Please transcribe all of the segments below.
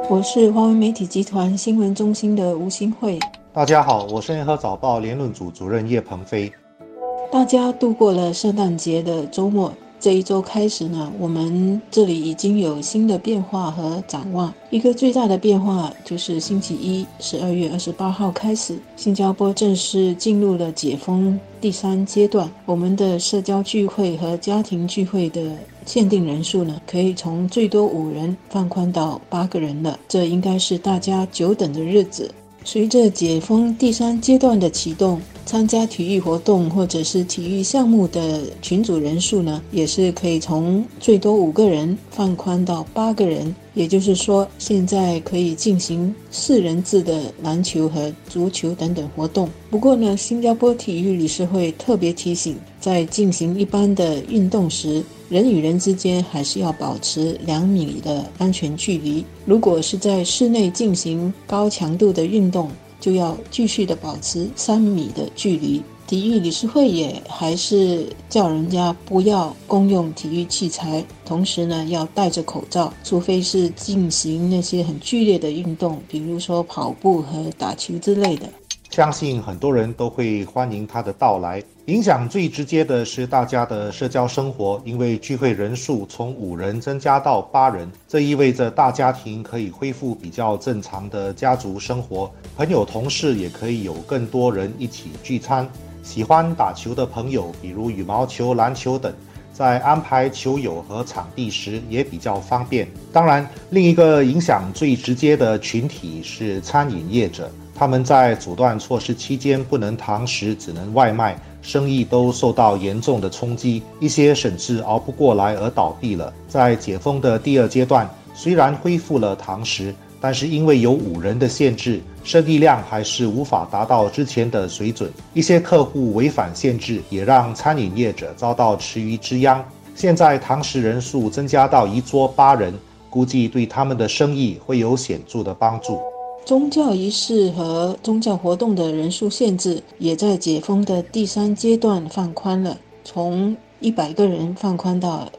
我是华为媒体集团新闻中心的吴新慧。 大家好，我是联合早报联论组主任叶鹏飞。 大家度过了圣诞节的周末，这一周开始呢，我们这里已经有新的变化和展望。一个最大的变化就是星期一12月28号开始，新加坡正式进入了解封第3阶段。我们的社交聚会和家庭聚会的限定人数呢，可以从最多5人放宽到8个人了。这应该是大家久等的日子。随着解封第3阶段的启动，参加体育活动或者是体育项目的群组人数呢，也是可以从最多5个人放宽到8个人。也就是说，现在可以进行4人制的篮球和足球等等活动。不过呢，新加坡体育理事会特别提醒，在进行一般的运动时，人与人之间还是要保持2米的安全距离。如果是在室内进行高强度的运动，就要继续的保持3米的距离。体育理事会也还是叫人家不要共用体育器材，同时呢要戴着口罩，除非是进行那些很剧烈的运动，比如说跑步和打球之类的。 相信很多人都会欢迎他的到来。影响最直接的是大家的社交生活，因为聚会人数从5人增加到8人，这意味着大家庭可以恢复比较正常的家族生活，朋友同事也可以有更多人一起聚餐。喜欢打球的朋友，比如羽毛球、篮球等，在安排球友和场地时也比较方便。当然，另一个影响最直接的群体是餐饮业者，他们在阻断措施期间不能堂食，只能外卖，生意都受到严重的冲击，一些甚至熬不过来而倒闭了。在解封的第2阶段，虽然恢复了堂食，但是因为有5人的限制，生意量还是无法达到之前的水准。一些客户违反限制，也让餐饮业者遭到池鱼之殃。现在堂食人数增加到一桌8人，估计对他们的生意会有显著的帮助。 宗教仪式和宗教活动的人数限制也在解封的第3阶段放宽了，从100个人放宽到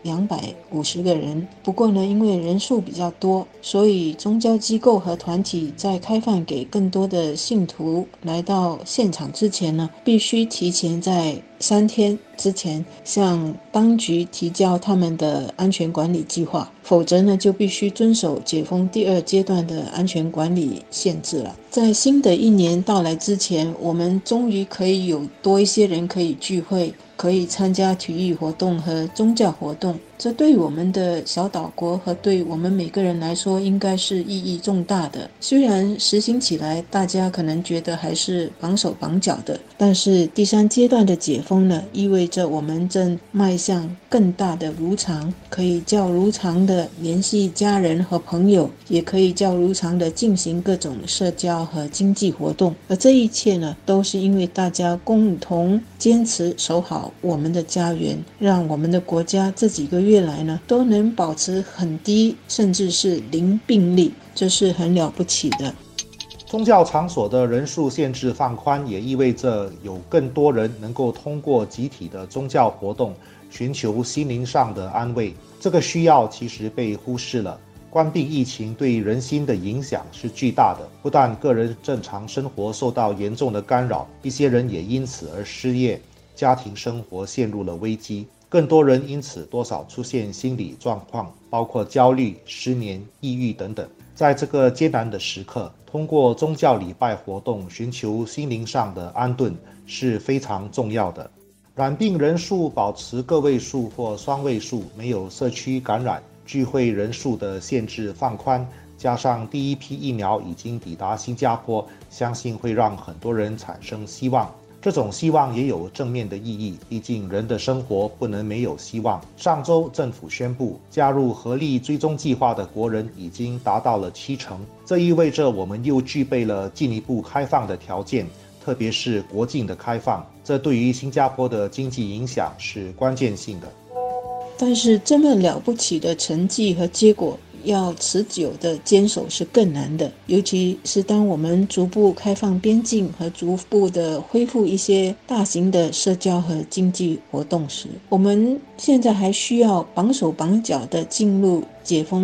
250个人。不过呢，因为人数比较多，所以宗教机构和团体在开放给更多的信徒来到现场之前呢，必须提前在3天之前向当局提交他们的安全管理计划，否则呢就必须遵守解封第2阶段的安全管理限制了。在新的一年到来之前，我们终于可以有多一些人可以聚会，可以参加体育活动和宗教活动，这对我们的小岛国和对我们每个人来说应该是意义重大的。虽然实行起来大家可能觉得还是绑手绑脚的，但是第3阶段的解封呢，意味着我们正迈向更大的如常，可以较如常的联系家人和朋友，也可以较如常的进行各种社交和经济活动。而这一切呢，都是因为大家共同坚持守好我们的家园，让我们的国家这几个月来呢，都能保持很低甚至是0病例，这是很了不起的。 宗教场所的人数限制放宽，也意味着有更多人能够通过集体的宗教活动寻求心灵上的安慰。这个需要其实被忽视了。关闭疫情对人心的影响是巨大的，不但个人正常生活受到严重的干扰，一些人也因此而失业，家庭生活陷入了危机。更多人因此多少出现心理状况，包括焦虑、失眠、抑郁等等。在这个艰难的时刻，通过宗教礼拜活动寻求心灵上的安顿是非常重要的。染病人数保持个位数或双位数，没有社区感染，聚会人数的限制放宽，加上第一批疫苗已经抵达新加坡，相信会让很多人产生希望。这种希望也有正面的意义，毕竟人的生活不能没有希望。上周政府宣布，加入合力追踪计划的国人已经达到了70%，这意味着我们又具备了进一步开放的条件，特别是国境的开放，这对于新加坡的经济影响是关键性的。 但是这么了不起的成绩和结果，要持久的坚守是更难的，尤其是当我们逐步开放边境和逐步的恢复一些大型的社交和经济活动时，我们现在还需要绑手绑脚的进入解封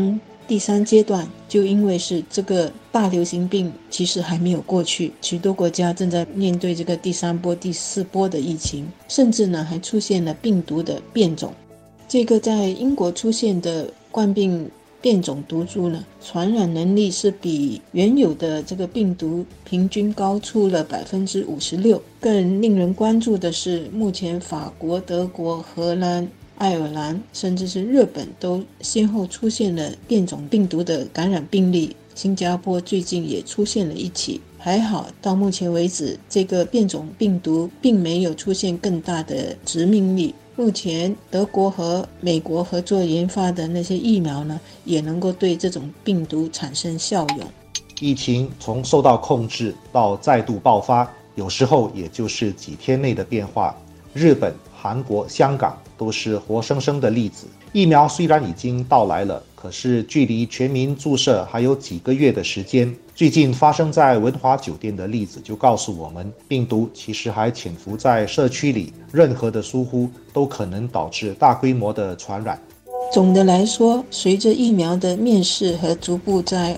第三阶段就因为是这个大流行病其实还没有过去，许多国家正在面对这个第三波、第四波的疫情，甚至呢还出现了病毒的变种。这个在英国出现的冠病变种毒株呢，传染能力是比原有的这个病毒平均高出了 56%。 更令人关注的是，目前法国、德国、荷兰、爱尔兰甚至是日本都先后出现了变种病毒的感染病例，新加坡最近也出现了一起。还好到目前为止，这个变种病毒并没有出现更大的致命力。目前德国和美国合作研发的那些疫苗呢，也能够对这种病毒产生效用。 疫情从受到控制到再度爆发，有时候也就是几天内的变化。日本、韩国、香港都是活生生的例子。疫苗虽然已经到来了，可是距离全民注射还有几个月的时间。最近发生在文华酒店的例子就告诉我们，病毒其实还潜伏在社区里，任何的疏忽都可能导致大规模的传染。 总的来说，随着疫苗的面世和逐步在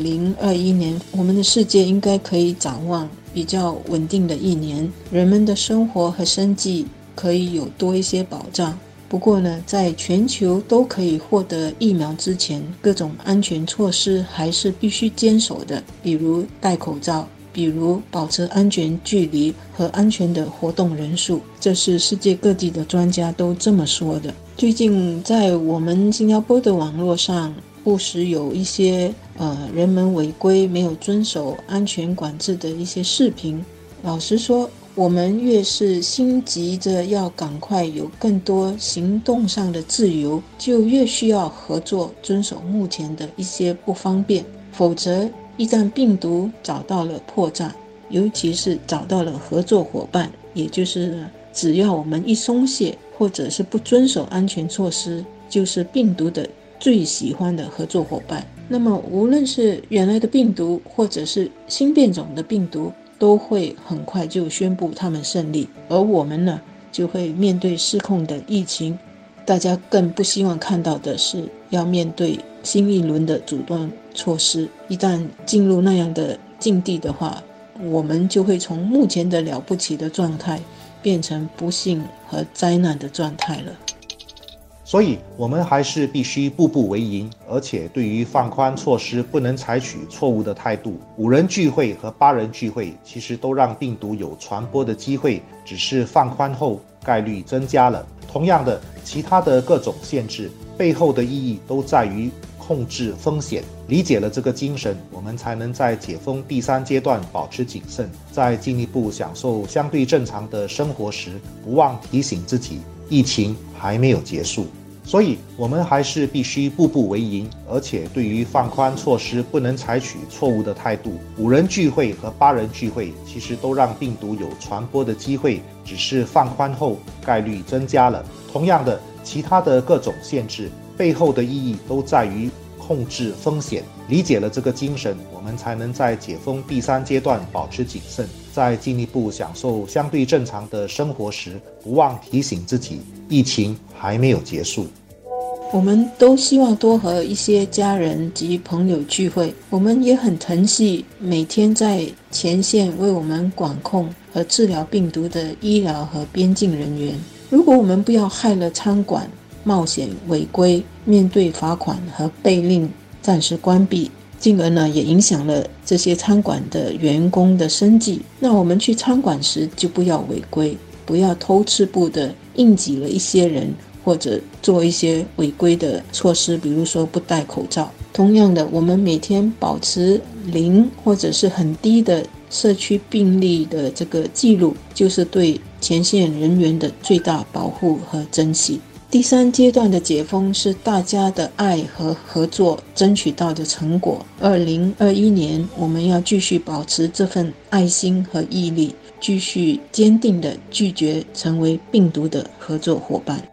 2021年，我们的世界应该可以展望比较稳定的一年，人们的生活和生计可以有多一些保障。不过呢，在全球都可以获得疫苗之前，各种安全措施还是必须坚守的，比如戴口罩，比如保持安全距离和安全的活动人数，这是世界各地的专家都这么说的。最近在我们新加坡的网络上，不时有一些人们违规没有遵守安全管制的一些视频。老实说，我们越是心急着要赶快有更多行动上的自由，就越需要合作，遵守目前的一些不方便。否则一旦病毒找到了破绽，尤其是找到了合作伙伴，也就是只要我们一松懈或者是不遵守安全措施，就是病毒的最喜欢的合作伙伴。那么无论是原来的病毒或者是新变种的病毒，都会很快就宣布他们胜利，而我们呢，就会面对失控的疫情。大家更不希望看到的是要面对新一轮的阻断措施。一旦进入那样的境地的话，我们就会从目前的了不起的状态变成不幸和灾难的状态了。 所以我们还是必须步步为营，而且对于放宽措施不能采取错误的态度。5人聚会和8人聚会其实都让病毒有传播的机会，只是放宽后概率增加了。同样的，其他的各种限制背后的意义都在于控制风险。理解了这个精神，我们才能在解封第3阶段保持谨慎，在进一步享受相对正常的生活时，不忘提醒自己，疫情还没有结束。所以我们还是必须步步为营，而且对于放宽措施不能采取错误的态度。5人聚会和8人聚会其实都让病毒有传播的机会，只是放宽后概率增加了。同样的，其他的各种限制背后的意义都在于控制风险。理解了这个精神，我们才能在解封第3阶段保持谨慎，在进一步享受相对正常的生活时，不忘提醒自己，疫情还没有结束。 我们都希望多和一些家人及朋友聚会，我们也很疼惜每天在前线为我们管控和治疗病毒的医疗和边境人员。如果我们不要害了餐馆，冒险违规，面对罚款和被令暂时关闭，进而呢也影响了这些餐馆的员工的生计，那我们去餐馆时就不要违规，不要偷吃步的硬挤了一些人，或者做一些违规的措施，比如说不戴口罩。同样的，我们每天保持零或者是很低的社区病例的这个记录，就是对前线人员的最大保护和珍惜。第3阶段的解封是大家的爱和合作争取到的成果。2021年，我们要继续保持这份爱心和毅力，继续坚定地拒绝成为病毒的合作伙伴。